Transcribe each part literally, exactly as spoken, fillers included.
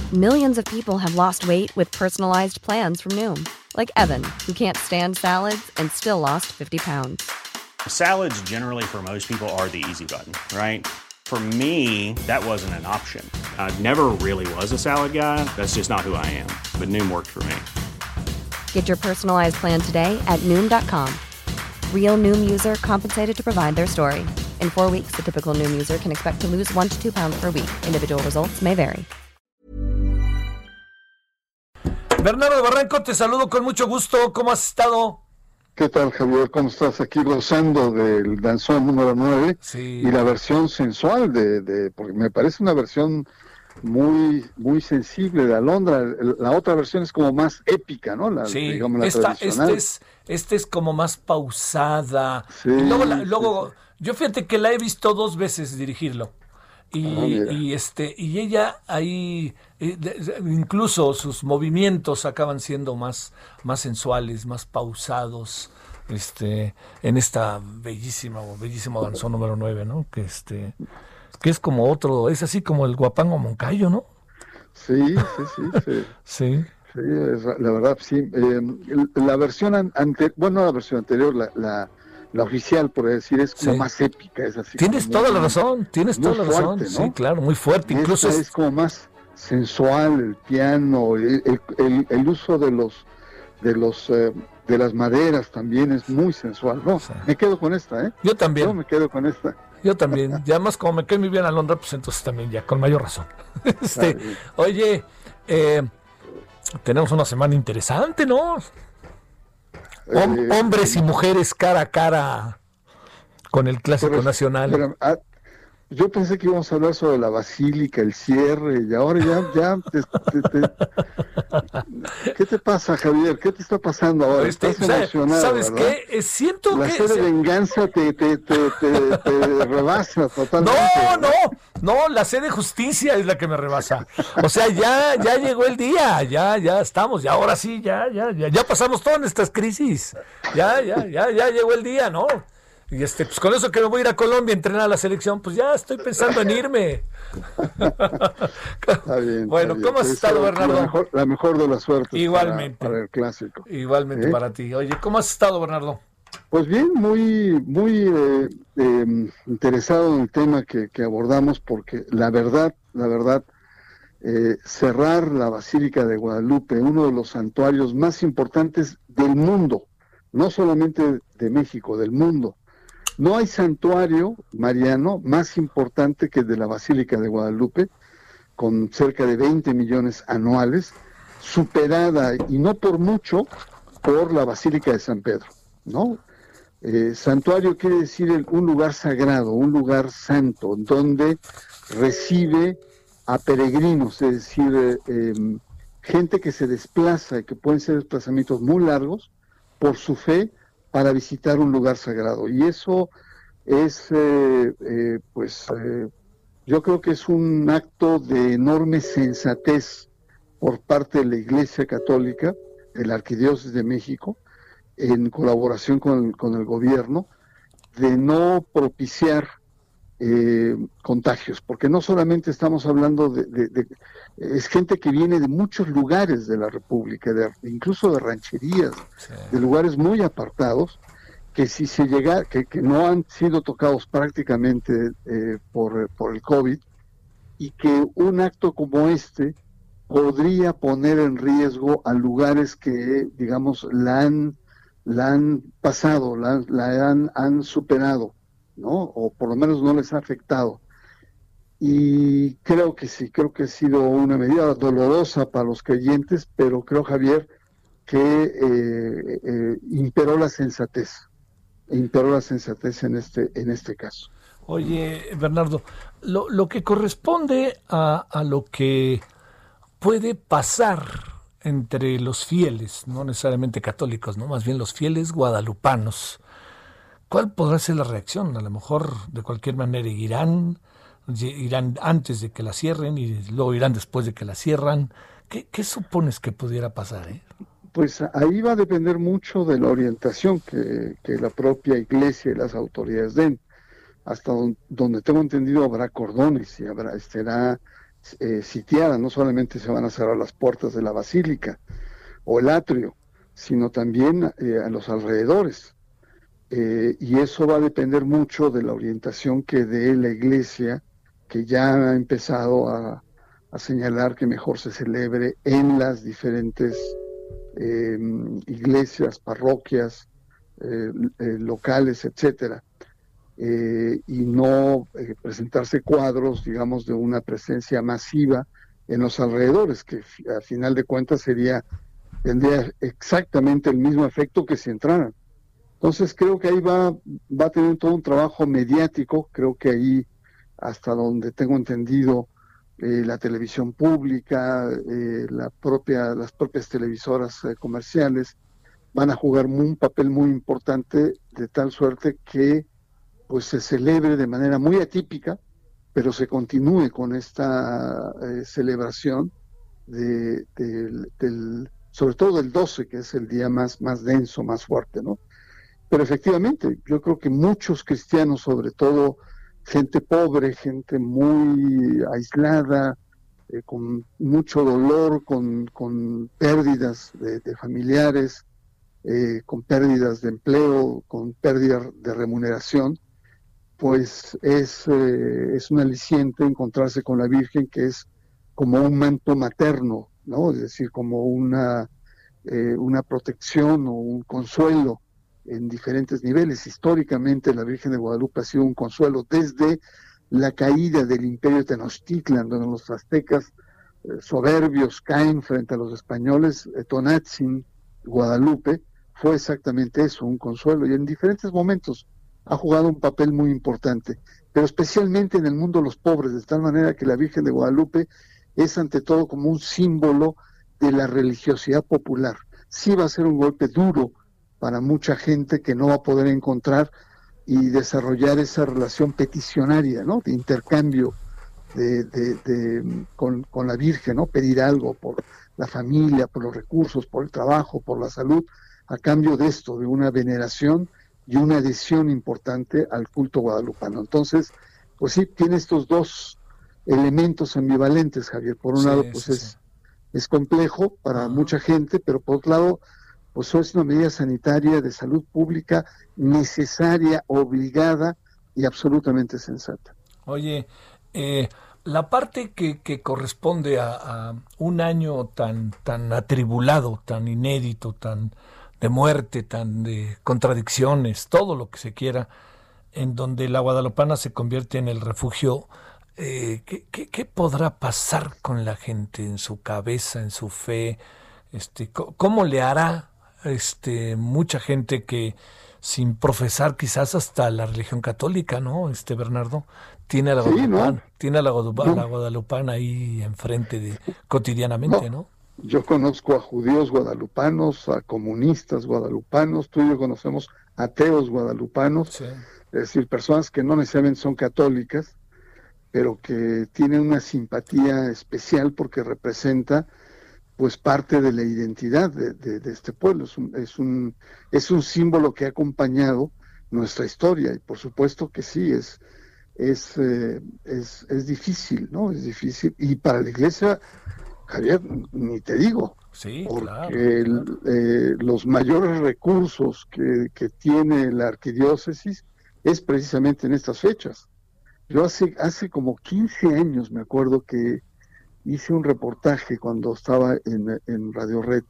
Millions of people have lost weight with personalized plans from Noom. Like Evan, who can't stand salads and still lost fifty pounds. Salads generally for most people are the easy button, right? For me, that wasn't an option. I never really was a salad guy. That's just not who I am. But Noom worked for me. Get your personalized plan today at Noom dot com. Real Noom user compensated to provide their story. In four weeks, the typical Noom user can expect to lose one to two pounds per week. Individual results may vary. Bernardo Barranco, te saludo con mucho gusto. ¿Cómo has estado? ¿Qué tal, Javier? ¿Cómo estás? Aquí gozando del danzón número nueve, sí, y la versión sensual de, de, porque me parece una versión muy muy sensible de Alondra. La otra versión es como más épica, ¿no? La, sí, digamos, la esta, este es este es como más pausada. Sí, y luego, la, luego sí. Yo fíjate que la he visto dos veces dirigirlo. Y, oh, y este y ella ahí eh, de, incluso sus movimientos acaban siendo más más sensuales, más pausados, este en esta bellísima bellísimo danzón número nueve, ¿no? Que este que es como otro, es así como el Guapango Moncayo, ¿no? Sí, sí, sí, sí. Sí. Sí, es, la verdad sí. Eh, la versión ante, bueno, la versión anterior, la, la La oficial, por decir, es como sí. más épica, es así. Tienes toda muy, la razón, tienes toda la razón, ¿no? Sí, claro, muy fuerte. Y incluso es... es como más sensual, el piano, el, el, el, el uso de los de los eh, de las maderas también es muy sensual. No, sí. Me quedo con esta, ¿eh? Yo también. Yo me quedo con esta. Yo también. Y además, como me quedo muy bien a Londra, pues entonces también ya, con mayor razón. este, oye, eh, tenemos una semana interesante, ¿no? Hom- eh, hombres y mujeres cara a cara con el Clásico pero, Nacional. Pero, ah, yo pensé que íbamos a hablar sobre la Basílica, el cierre, y ahora ya, ya, te, te, te... ¿qué te pasa, Javier? ¿Qué te está pasando ahora? Este, Estás emocionado, ¿sabes ¿verdad? qué? Siento la que... La sed de venganza te, te, te, te, te rebasa totalmente. No, no, no, la sed de justicia es la que me rebasa. O sea, ya, ya llegó el día, ya, ya estamos, ya ahora sí, ya, ya, ya, ya pasamos todas estas crisis. Ya, ya, ya, ya llegó el día, ¿no? Y este, pues con eso que me voy a ir a Colombia a entrenar a la selección, pues ya estoy pensando en irme. Está bien, bueno, está ¿cómo bien. has estado, Bernardo? La mejor, la mejor de las suertes. Igualmente. Para, para el Clásico. Igualmente, ¿eh? Para ti. Oye, ¿cómo has estado, Bernardo? Pues bien, muy, muy eh, eh, interesado en el tema que, que abordamos, porque la verdad, la verdad, eh, cerrar la Basílica de Guadalupe, uno de los santuarios más importantes del mundo, no solamente de México, del mundo. No hay santuario mariano más importante que el de la Basílica de Guadalupe, con cerca de veinte millones anuales, superada, y no por mucho, por la Basílica de San Pedro, ¿no? Eh, santuario quiere decir el, un lugar sagrado, un lugar santo, donde recibe a peregrinos, es decir, eh, eh, gente que se desplaza, y que pueden ser desplazamientos muy largos, por su fe, para visitar un lugar sagrado. Y eso es, eh, eh, pues, eh, yo creo que es un acto de enorme sensatez por parte de la Iglesia Católica, de la Arquidiócesis de México, en colaboración con el, con el gobierno, de no propiciar eh, contagios, porque no solamente estamos hablando de, de, de... es gente que viene de muchos lugares de la República, de, incluso de rancherías, sí. de lugares muy apartados, que si se llega, que, que no han sido tocados prácticamente eh, por, por el COVID, y que un acto como este podría poner en riesgo a lugares que, digamos, la han, la han pasado, la, la han, han superado, ¿no? O por lo menos no les ha afectado. Y creo que sí, creo que ha sido una medida dolorosa para los creyentes, pero creo, Javier, que eh, eh, imperó la sensatez, imperó la sensatez en este, en este caso. Oye, Bernardo, lo, lo que corresponde a, a lo que puede pasar entre los fieles, no necesariamente católicos, no, más bien los fieles guadalupanos, ¿cuál podrá ser la reacción? A lo mejor de cualquier manera irán, irán antes de que la cierren y luego irán después de que la cierran. ¿Qué, qué supones que pudiera pasar? Eh? Pues ahí va a depender mucho de la orientación que, que la propia Iglesia y las autoridades den. Hasta don, donde tengo entendido habrá cordones y habrá, será, eh, sitiada. No solamente se van a cerrar las puertas de la basílica o el atrio, sino también eh, a los alrededores. Eh, y eso va a depender mucho de la orientación que dé la iglesia, que ya ha empezado a, a señalar que mejor se celebre en las diferentes eh, iglesias, parroquias, eh, eh, locales, etcétera, eh, y no eh, presentarse cuadros, digamos, de una presencia masiva en los alrededores, que al final de cuentas sería, tendría exactamente el mismo efecto que si entraran. Entonces creo que ahí va, va a tener todo un trabajo mediático. Creo que ahí, hasta donde tengo entendido, eh, la televisión pública, eh, la propia, las propias televisoras eh, comerciales van a jugar un papel muy importante, de tal suerte que pues se celebre de manera muy atípica, pero se continúe con esta eh, celebración de, de, del, sobre todo del doce, que es el día más, más denso, más fuerte, ¿no? Pero efectivamente, yo creo que muchos cristianos, sobre todo gente pobre, gente muy aislada, eh, con mucho dolor, con, con pérdidas de, de familiares, eh, con pérdidas de empleo, con pérdidas de remuneración, pues es, eh, es un aliciente encontrarse con la Virgen, que es como un manto materno, ¿no? Es decir, como una, eh, una protección o un consuelo en diferentes niveles. Históricamente la Virgen de Guadalupe ha sido un consuelo desde la caída del imperio de Tenochtitlan, donde los aztecas eh, soberbios caen frente a los españoles. eh, Tonatzin, Guadalupe, fue exactamente eso, un consuelo, y en diferentes momentos ha jugado un papel muy importante, pero especialmente en el mundo de los pobres, de tal manera que la Virgen de Guadalupe es ante todo como un símbolo de la religiosidad popular. Sí va a ser un golpe duro para mucha gente que no va a poder encontrar y desarrollar esa relación peticionaria, ¿no? De intercambio de, de, de, con, con la Virgen, ¿no? Pedir algo por la familia, por los recursos, por el trabajo, por la salud, a cambio de esto, de una veneración y una adhesión importante al culto guadalupano. Entonces, pues sí, tiene estos dos elementos ambivalentes, Javier. Por un sí, lado, pues sí, es, sí. es complejo para uh-huh. mucha gente, pero por otro lado, pues es una medida sanitaria de salud pública necesaria, obligada y absolutamente sensata. Oye, eh, la parte que, que corresponde a, a un año tan, tan atribulado, tan inédito, tan de muerte, tan de contradicciones, todo lo que se quiera, en donde la guadalupana se convierte en el refugio, eh, ¿qué, qué, ¿qué podrá pasar con la gente en su cabeza, en su fe? Este, ¿Cómo le hará este mucha gente que, sin profesar quizás hasta la religión católica, ¿no? Este Bernardo tiene a la sí, guadalupana, ¿no? tiene a la guadalupana, no. la guadalupana ahí enfrente de cotidianamente, ¿no? ¿no? Yo conozco a judíos guadalupanos, a comunistas guadalupanos, tú y yo conocemos ateos guadalupanos, sí. Es decir, personas que no necesariamente son católicas, pero que tienen una simpatía especial porque representa pues parte de la identidad de, de, de este pueblo. Es un, es un es un símbolo que ha acompañado nuestra historia, y por supuesto que sí, es es eh, es, es difícil, ¿no? Es difícil, y para la iglesia, Javier, ni te digo, sí, porque claro, el, claro. Eh, los mayores recursos que, que tiene la arquidiócesis es precisamente en estas fechas. Yo hace, hace como quince años me acuerdo que hice un reportaje cuando estaba en, en Radio Red,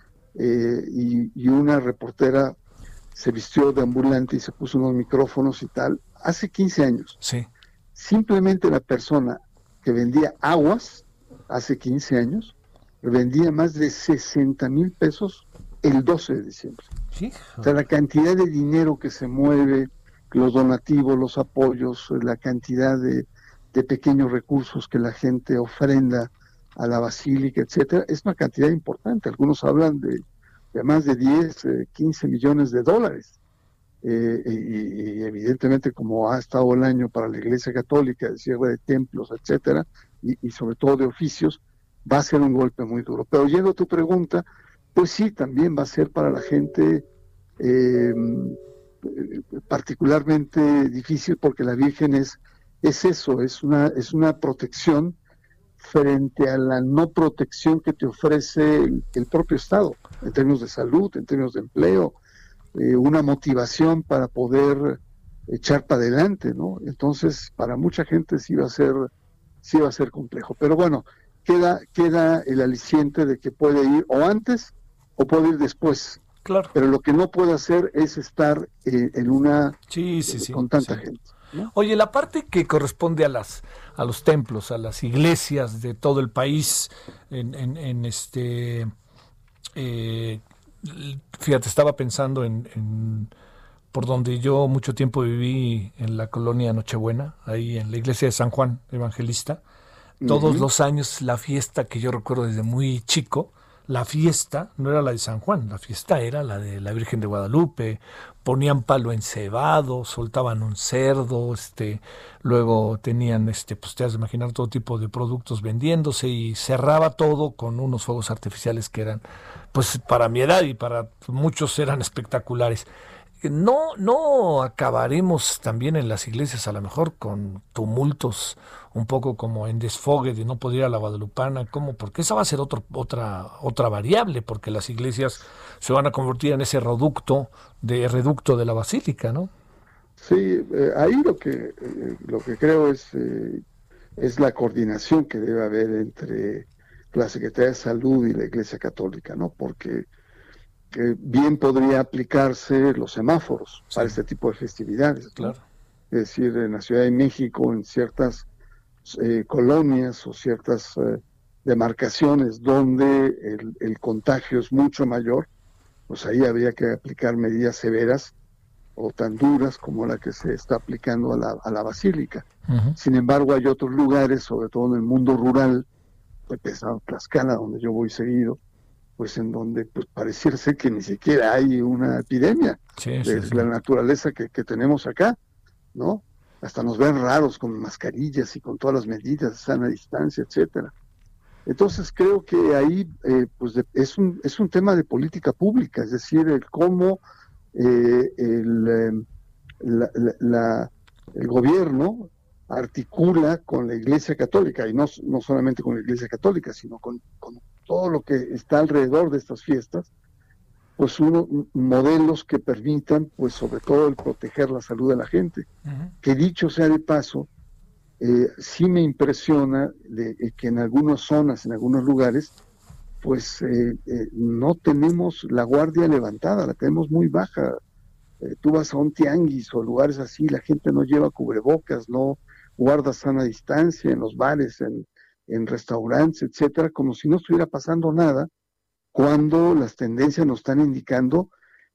eh, y, y una reportera se vistió de ambulante y se puso unos micrófonos y tal, hace quince años. Sí. Simplemente la persona que vendía aguas hace quince años, vendía más de sesenta mil pesos el doce de diciembre. Sí. O sea, la cantidad de dinero que se mueve, los donativos, los apoyos, la cantidad de, de pequeños recursos que la gente ofrenda a la basílica, etcétera, es una cantidad importante. Algunos hablan de, de más de diez, quince millones de dólares. Eh, y, y evidentemente, como ha estado el año para la Iglesia Católica, de cierre de templos, etcétera, y, y sobre todo de oficios, va a ser un golpe muy duro. Pero yendo a tu pregunta, pues sí, también va a ser para la gente eh, particularmente difícil, porque la Virgen es, es eso, es una, es una protección frente a la no protección que te ofrece el, el propio Estado, en términos de salud, en términos de empleo, eh, una motivación para poder echar para adelante, ¿no? Entonces, para mucha gente sí va a ser, sí va a ser complejo. Pero bueno, queda, queda el aliciente de que puede ir o antes o puede ir después. Claro. Pero lo que no puede hacer es estar eh, en una sí, sí, eh, sí, con tanta sí. gente, ¿no? Oye, la parte que corresponde a las a los templos, a las iglesias de todo el país, en, en, en este, eh, fíjate, estaba pensando en, en por donde yo mucho tiempo viví, en la colonia Nochebuena, ahí en la iglesia de San Juan Evangelista. Todos uh-huh. los años la fiesta que yo recuerdo desde muy chico, la fiesta no era la de San Juan, la fiesta era la de la Virgen de Guadalupe. Ponían palo encebado, soltaban un cerdo, este, luego tenían, este, pues te has de imaginar todo tipo de productos vendiéndose y cerraba todo con unos fuegos artificiales que eran, pues para mi edad y para muchos eran espectaculares. No, no acabaremos también en las iglesias a lo mejor con tumultos un poco como en desfogue de no poder ir a la Guadalupana, ¿cómo? Porque esa va a ser otro, otra, otra variable, porque las iglesias se van a convertir en ese reducto de reducto de la basílica, ¿no? Sí, eh, ahí lo que eh, lo que creo es eh, es la coordinación que debe haber entre la Secretaría de Salud y la Iglesia Católica, ¿no? Porque que bien podría aplicarse los semáforos sí. para este tipo de festividades, ¿no? Claro. Es decir, en la Ciudad de México, en ciertas eh, colonias o ciertas eh, demarcaciones donde el, el contagio es mucho mayor, pues ahí habría que aplicar medidas severas o tan duras como la que se está aplicando a la, a la Basílica. Uh-huh. Sin embargo, hay otros lugares, sobre todo en el mundo rural, pues a Tlaxcala, donde yo voy seguido, pues en donde pues pareciera ser que ni siquiera hay una epidemia sí, de sí, sí. la naturaleza que, que tenemos acá, ¿no? Hasta nos ven raros con mascarillas y con todas las medidas de sana distancia, etcétera. Entonces creo que ahí eh, pues de, es un es un tema de política pública, es decir, el cómo eh, el, eh, la, la, la, el gobierno articula con la Iglesia Católica, y no, no solamente con la Iglesia Católica, sino con, con todo lo que está alrededor de estas fiestas, pues uno, modelos que permitan, pues sobre todo el proteger la salud de la gente. Uh-huh. Que dicho sea de paso, eh, sí me impresiona de, de que en algunas zonas, en algunos lugares, pues eh, eh, no tenemos la guardia levantada, la tenemos muy baja. Eh, tú vas a un tianguis o lugares así, la gente no lleva cubrebocas, no guarda sana distancia en los bares, en, en restaurantes, etcétera, como si no estuviera pasando nada, cuando las tendencias nos están indicando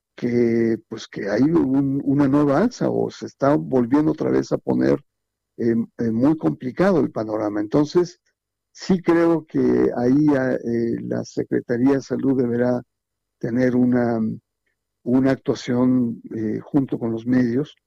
que pues que hay un, una nueva alza o se está volviendo otra vez a poner eh, eh, muy complicado el panorama. Entonces, sí creo que ahí eh, la Secretaría de Salud deberá tener una, una actuación eh, junto con los medios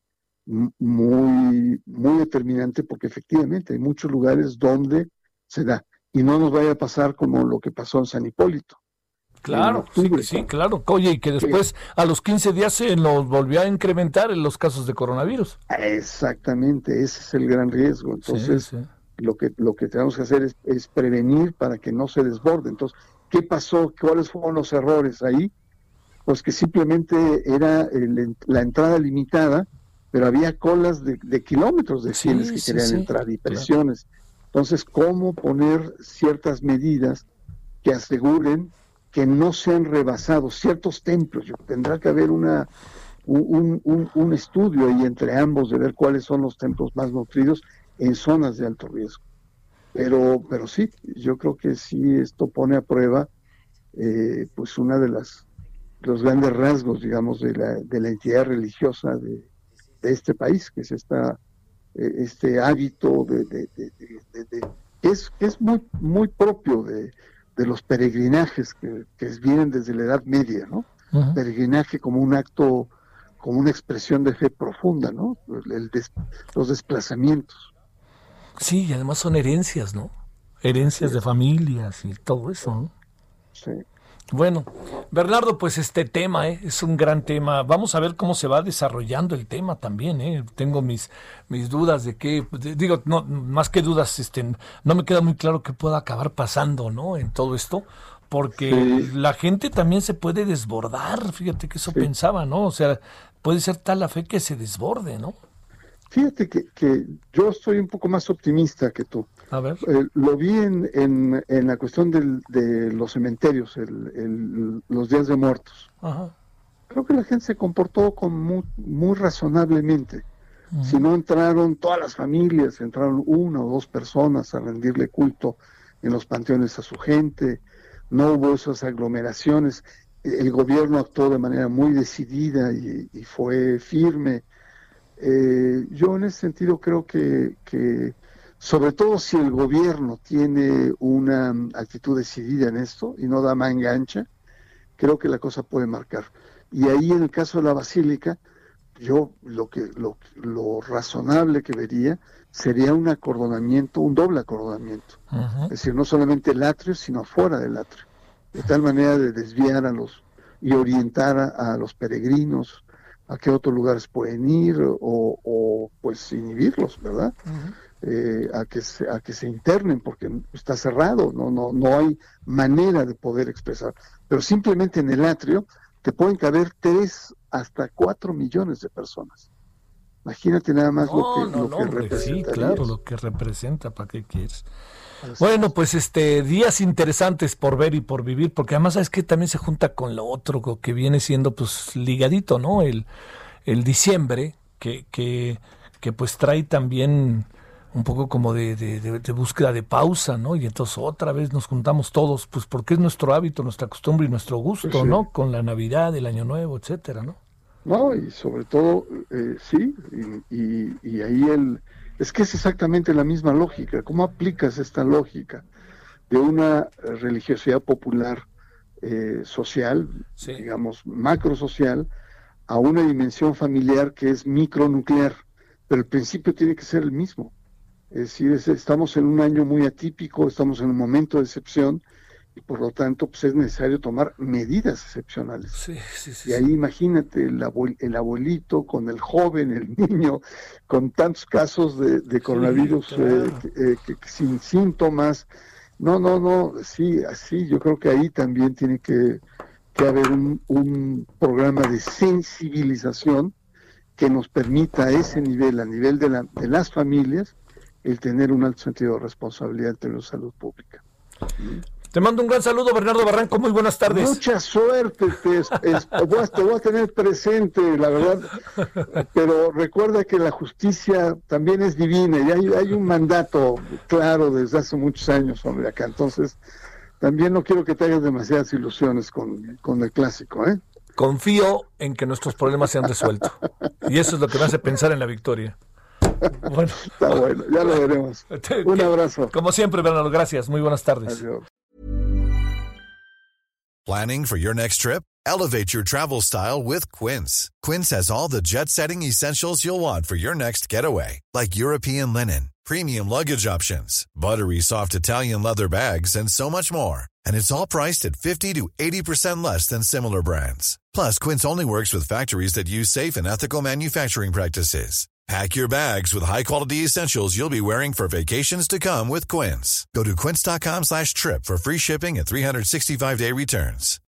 muy, muy determinante, porque efectivamente hay muchos lugares donde se da, y no nos vaya a pasar como lo que pasó en San Hipólito. Claro, sí, sí, claro. Oye, y que después a los quince días se nos volvió a incrementar en los casos de coronavirus. Exactamente, ese es el gran riesgo. Entonces, sí, sí. lo que lo que tenemos que hacer es, es prevenir para que no se desborde. Entonces, ¿qué pasó? ¿Cuáles fueron los errores ahí? Pues que simplemente era el, la entrada limitada, pero había colas de, de kilómetros de fieles sí, que sí, querían sí, entrar y presiones. Claro. Entonces, ¿cómo poner ciertas medidas que aseguren que no sean rebasados ciertos templos? Tendrá que haber una un, un, un estudio ahí entre ambos de ver cuáles son los templos más nutridos en zonas de alto riesgo. Pero, pero sí, yo creo que sí esto pone a prueba eh, pues una de las los grandes rasgos, digamos, de la, de la entidad religiosa de, de este país, que es esta eh, este hábito de, de, de, de, de, de que es que es muy muy propio de de los peregrinajes que, que vienen desde la Edad Media, ¿no? Uh-huh. Peregrinaje como un acto, como una expresión de fe profunda, ¿no? El des, los desplazamientos. Sí, y además son herencias, ¿no? Herencias sí. de familias y todo eso, ¿no? Sí. Bueno, Bernardo, pues este tema ¿eh? es un gran tema. Vamos a ver cómo se va desarrollando el tema también. ¿eh? Tengo mis mis dudas de qué, de, digo, no más que dudas, este, no me queda muy claro qué pueda acabar pasando, ¿no? En todo esto, porque sí. La gente también se puede desbordar. Fíjate que eso sí. Pensaba, ¿no? O sea, puede ser tal la fe que se desborde, ¿no? Fíjate que, que yo estoy un poco más optimista que tú. A ver. Eh, lo vi en, en, en la cuestión del, de los cementerios, el, el, los días de muertos. Ajá. Creo que la gente se comportó con muy, muy razonablemente. Uh-huh. Si no entraron todas las familias, entraron una o dos personas a rendirle culto en los panteones a su gente, no hubo esas aglomeraciones. El gobierno actuó de manera muy decidida y, y fue firme. Eh, yo en ese sentido creo que, que sobre todo si el gobierno tiene una actitud decidida en esto y no da manga ancha, creo que la cosa puede marcar. Y ahí en el caso de la basílica, yo lo que lo, lo razonable que vería sería un acordonamiento, un doble acordonamiento. Uh-huh. Es decir, no solamente el atrio, sino fuera del atrio. De tal manera de desviar a los y orientar a, a los peregrinos a qué otros lugares pueden ir o, o pues inhibirlos, ¿verdad? Uh-huh. Eh, a que se, a que se internen porque está cerrado, no no no hay manera de poder expresar, pero simplemente en el atrio te pueden caber tres hasta cuatro millones de personas. Imagínate nada más no, lo que, no, lo no, que representa. Sí, claro, lo que representa, ¿para qué quieres? Así bueno, es. Pues este días interesantes por ver y por vivir, porque además sabes que también se junta con lo otro que viene siendo pues ligadito, ¿no? El, el diciembre, que, que, que pues trae también un poco como de, de, de, de búsqueda de pausa, ¿no? Y entonces otra vez nos juntamos todos, pues porque es nuestro hábito, nuestra costumbre y nuestro gusto, sí. ¿no? Con la Navidad, el Año Nuevo, etcétera, ¿no? No, y sobre todo, eh, sí, y, y, y ahí el... Es que es exactamente la misma lógica. ¿Cómo aplicas esta lógica de una religiosidad popular eh, social, sí. digamos, macro social, a una dimensión familiar que es micronuclear? Pero el principio tiene que ser el mismo. Es decir, es, estamos en un año muy atípico, estamos en un momento de excepción, y por lo tanto pues es necesario tomar medidas excepcionales. Sí, sí, sí, y ahí imagínate el, abuel, el abuelito con el joven, el niño, con tantos casos de, de coronavirus sí, claro. eh, que, eh, que, que sin síntomas. No, no, no, sí, así yo creo que ahí también tiene que, que haber un, un programa de sensibilización que nos permita a ese nivel, a nivel de, la, de las familias, el tener un alto sentido de responsabilidad en la salud pública. Te mando un gran saludo, Bernardo Barranco, muy buenas tardes. Mucha suerte, te, es, te voy a tener presente, la verdad, pero recuerda que la justicia también es divina y hay, hay un mandato claro desde hace muchos años, hombre, acá, entonces también no quiero que te hagas demasiadas ilusiones con, con el clásico, ¿eh? Confío en que nuestros problemas se han resuelto y eso es lo que me hace pensar en la victoria. Bueno. Está bueno, ya lo veremos. Un abrazo. Como siempre, Bernardo, gracias. Muy buenas tardes. Adiós. Planning for your next trip? Elevate your travel style with Quince. Quince has all the jet-setting essentials you'll want for your next getaway, like European linen, premium luggage options, buttery soft Italian leather bags, and so much more. And it's all priced at fifty to eighty percent less than similar brands. Plus, Quince only works with factories that use safe and ethical manufacturing practices. Pack your bags with high-quality essentials you'll be wearing for vacations to come with Quince. Go to quince.com slash trip for free shipping and three sixty-five day returns.